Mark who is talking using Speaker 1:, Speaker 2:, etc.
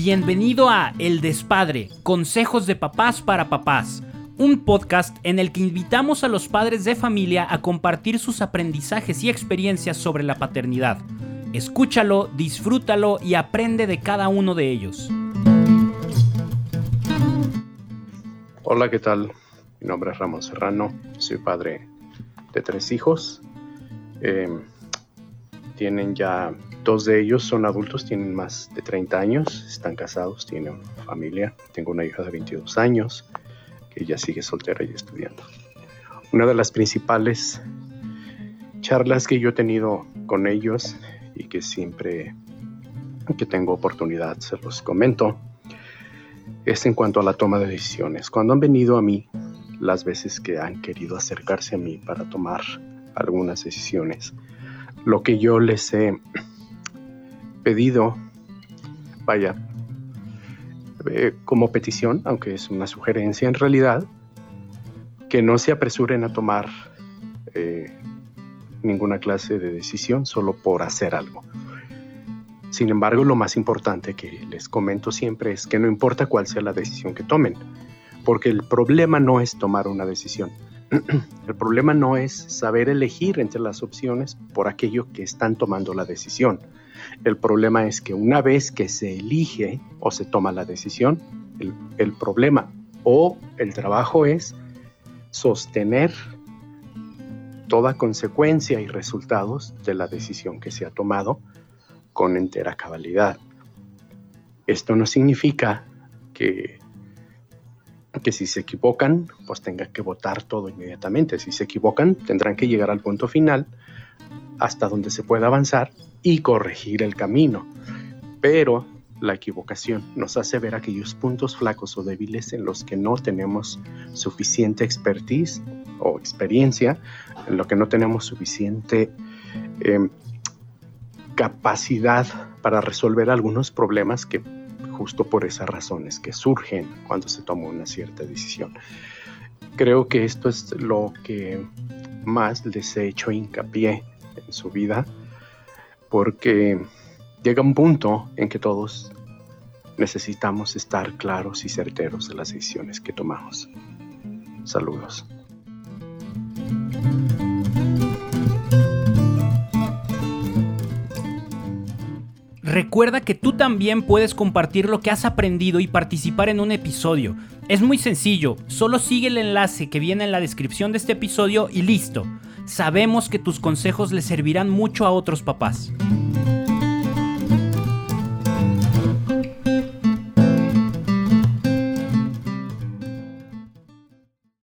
Speaker 1: Bienvenido a El Despadre, consejos de papás para papás, un podcast en el que invitamos a los padres de familia a compartir sus aprendizajes y experiencias sobre la paternidad. Escúchalo, disfrútalo y aprende de cada uno de ellos.
Speaker 2: Hola, ¿qué tal? Mi nombre es Ramón Serrano, soy padre de 3 hijos. Tienen ya 2 de ellos, son adultos, tienen más de 30 años, están casados, tienen una familia. Tengo una hija de 22 años que ya sigue soltera y estudiando. Una de las principales charlas que yo he tenido con ellos y que siempre que tengo oportunidad se los comento es en cuanto a la toma de decisiones. Cuando han venido a mí, las veces que han querido acercarse a mí para tomar algunas decisiones, lo que yo les he pedido, como petición, aunque es una sugerencia en realidad, que no se apresuren a tomar ninguna clase de decisión solo por hacer algo. Sin embargo, lo más importante que les comento siempre es que no importa cuál sea la decisión que tomen, porque el problema no es tomar una decisión. El problema no es saber elegir entre las opciones por aquello que están tomando la decisión. El problema es que una vez que se elige o se toma la decisión, el problema o el trabajo es sostener toda consecuencia y resultados de la decisión que se ha tomado con entera cabalidad. Esto no significa que si se equivocan, pues tengan que votar todo inmediatamente. Si se equivocan, tendrán que llegar al punto final hasta donde se pueda avanzar y corregir el camino. Pero la equivocación nos hace ver aquellos puntos flacos o débiles en los que no tenemos suficiente expertise o experiencia, en lo que no tenemos suficiente capacidad para resolver algunos problemas que justo por esas razones que surgen cuando se toma una cierta decisión. Creo que esto es lo que más les he hecho hincapié en su vida, porque llega un punto en que todos necesitamos estar claros y certeros de las decisiones que tomamos. Saludos.
Speaker 1: Recuerda que tú también puedes compartir lo que has aprendido y participar en un episodio. Es muy sencillo, solo sigue el enlace que viene en la descripción de este episodio y listo. Sabemos que tus consejos le servirán mucho a otros papás.